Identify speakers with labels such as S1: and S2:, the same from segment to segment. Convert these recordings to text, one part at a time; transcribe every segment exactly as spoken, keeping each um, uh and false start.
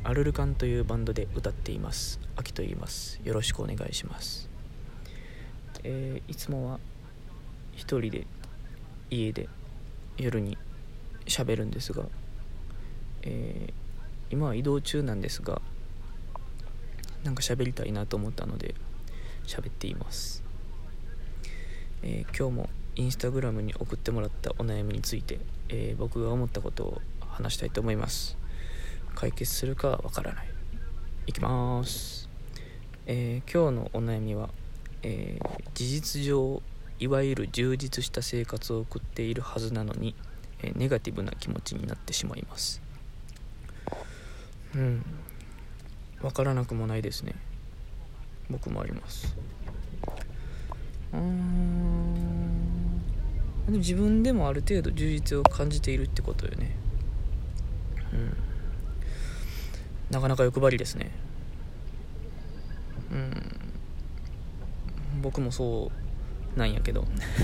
S1: アルルカンというバンドで歌っています秋と言います。よろしくお願いします。えー、いつもは一人で家で夜に喋るんですが、えー、今は移動中なんですが、なんか喋りたいなと思ったので喋っています。えー、今日もインスタグラムに送ってもらったお悩みについて、えー、僕が思ったことを話したいと思います。解決するかわからない。いきます。えー、今日のお悩みは、えー、事実上いわゆる充実した生活を送っているはずなのに、えー、ネガティブな気持ちになってしまいます。うんわからなくもないですね。僕もあります。うーんでも自分でもある程度充実を感じているってことよね。うんなかなか欲張りですね。うん僕もそうなんやけど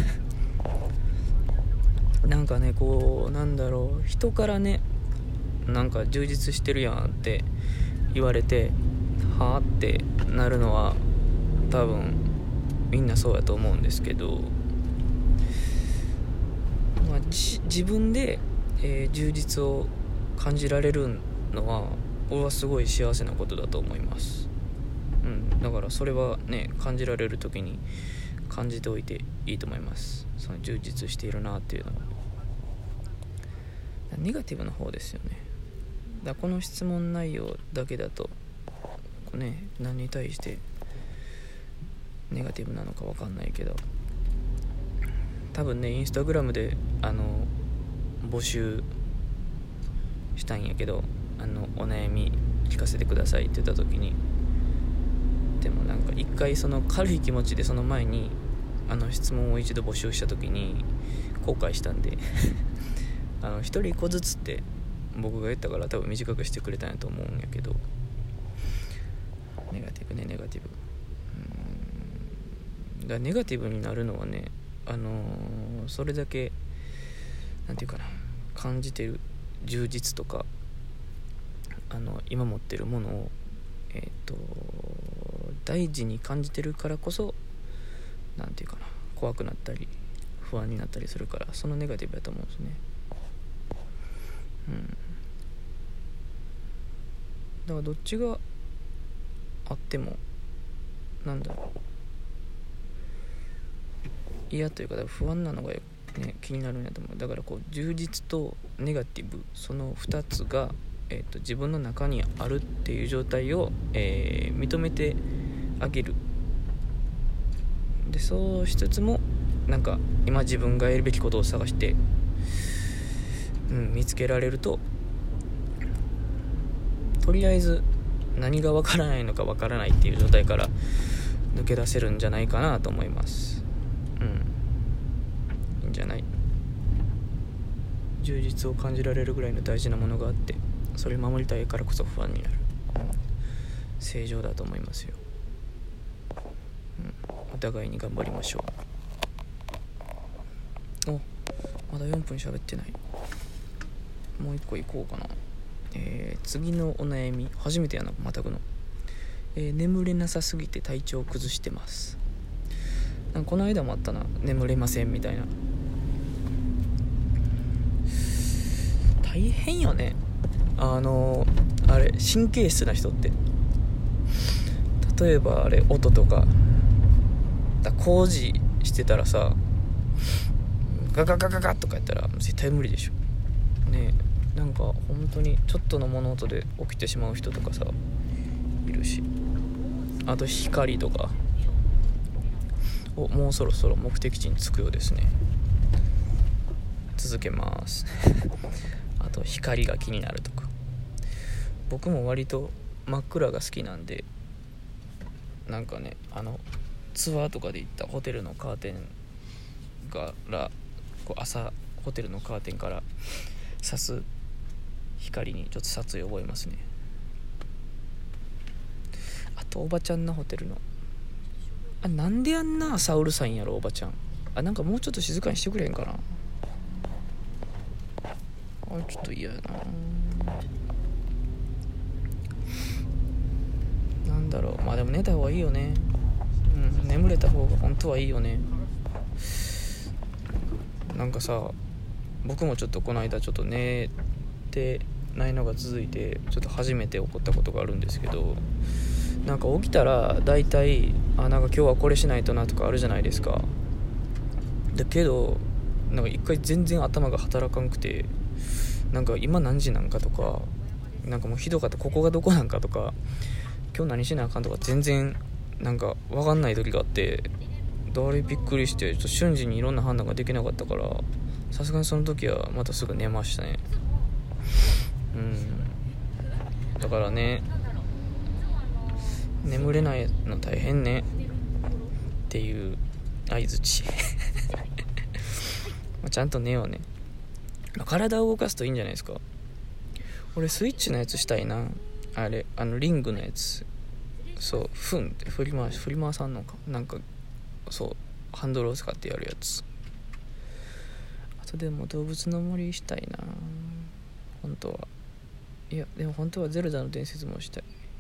S1: なんかねこうなんだろう人からねなんか充実してるやんって言われてはぁってなるのは多分みんなそうやと思うんですけど、まあ、じ自分で、えー、充実を感じられるのは俺はすごい幸せなことだと思います。うん、だからそれはね感じられる時に感じておいていいと思います。その充実しているなっていうのはネガティブな方ですよね。だからこの質問内容だけだとこう、ね、何に対してネガティブなのか分かんないけど、多分ねインスタグラムであの募集したんやけど、あのお悩み聞かせてくださいって言った時に、でもなんか一回その軽い気持ちでその前にあの質問を一度募集した時に後悔したんであの一人一個ずつって僕が言ったから多分短くしてくれたんやと思うんやけど、ネガティブねネガティブうーんだネガティブになるのはね、あのー、それだけなんていうかな感じてる充実とかあの今持ってるものをえっ、ー、と大事に感じてるからこそなんていうかな怖くなったり不安になったりするから、そのネガティブだと思うんですね。うんだからどっちがあってもなんだろう嫌というか不安なのが、ね、気になるんやと思う。だからこう充実とネガティブそのふたつが、えーと、自分の中にあるっていう状態を、えー、認めてあげる。でそうしつつもなんか今自分がやるべきことを探して、うん、見つけられるととりあえず何がわからないのかわからないっていう状態から抜け出せるんじゃないかなと思います。うんいいんじゃない。充実を感じられるぐらいの大事なものがあって、それを守りたいからこそ不安になる、うん、正常だと思いますよ。お互いに頑張りましょう。おまだよんぷん喋ってない。もう一個いこうかな。えー、次のお悩み初めてやなまたぐの、えー、眠れなさすぎて体調を崩してます。なんかこの間もあったな眠れませんみたいな。大変よねあのー、あれ神経質な人って例えばあれ音とかだ工事してたらさガガガガガとかやったら絶対無理でしょねえ。なんか本当にちょっとの物音で起きてしまう人とかさいるし、あと光とかおもうそろそろ目的地に着くようですね。続けますあと光が気になるとか。僕も割と真っ暗が好きなんで、なんかねあのツアーとかで行ったホテルのカーテンからこう朝ホテルのカーテンから差す光にちょっと殺意を覚えますね。あとおばちゃんなホテルのあなんであんな朝うるさいんやろおばちゃん。あなんかもうちょっと静かにしてくれへんかな。あれちょっと嫌やな。 なんだろう、まあでも寝た方がいいよね。うん、眠れた方が本当はいいよね。なんかさ、僕もちょっとこの間ちょっと寝てないのが続いて、ちょっと初めて起こったことがあるんですけど、なんか起きたらだいたいあなんか今日はこれしないとなとかあるじゃないですか。だけどなんか一回全然頭が働かんくて、なんか今何時なんかとか、なんかもうひどかった、ここがどこなんかとか、今日何しなあかんとか全然なんか分かんない時があって、誰びっくりして、ちょっと瞬時にいろんな判断ができなかったから、さすがにその時はまたすぐ寝ましたね。うんだからね、眠れないの大変ねっていう相づちちゃんと寝ようね。体を動かすといいんじゃないですか。俺スイッチのやつしたいな。あれあのリングのやつ、そうフンって振り回し振り回さんのか、なんかそうハンドルを使ってやるやつ。あとでも動物の森したいな本当は。いやでも本当はゼルダの伝説もしたい。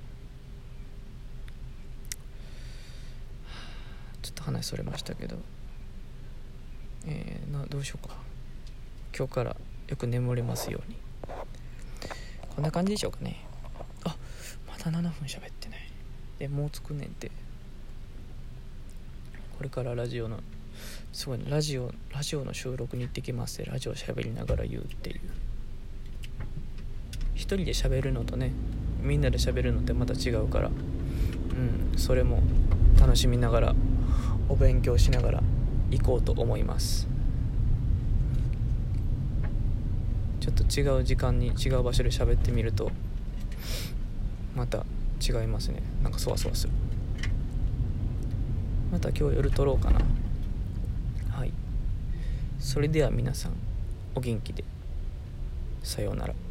S1: ちょっと話それましたけど、えー、などうしようか。今日からよく眠れますように。こんな感じでしょうかね。あ、まだななふん喋ってない。でもうつくねんって。これからラジオのすごい、ね、ラジオラジオの収録に行ってきますってラジオ喋りながら言うっていう。一人で喋るのとね、みんなで喋るのってまた違うから、うんそれも楽しみながらお勉強しながら行こうと思います。ちょっと違う時間に違う場所で喋ってみるとまた違いますね。なんかそわそわする。また今日夜撮ろうかな。はい、それでは皆さんお元気で、さようなら。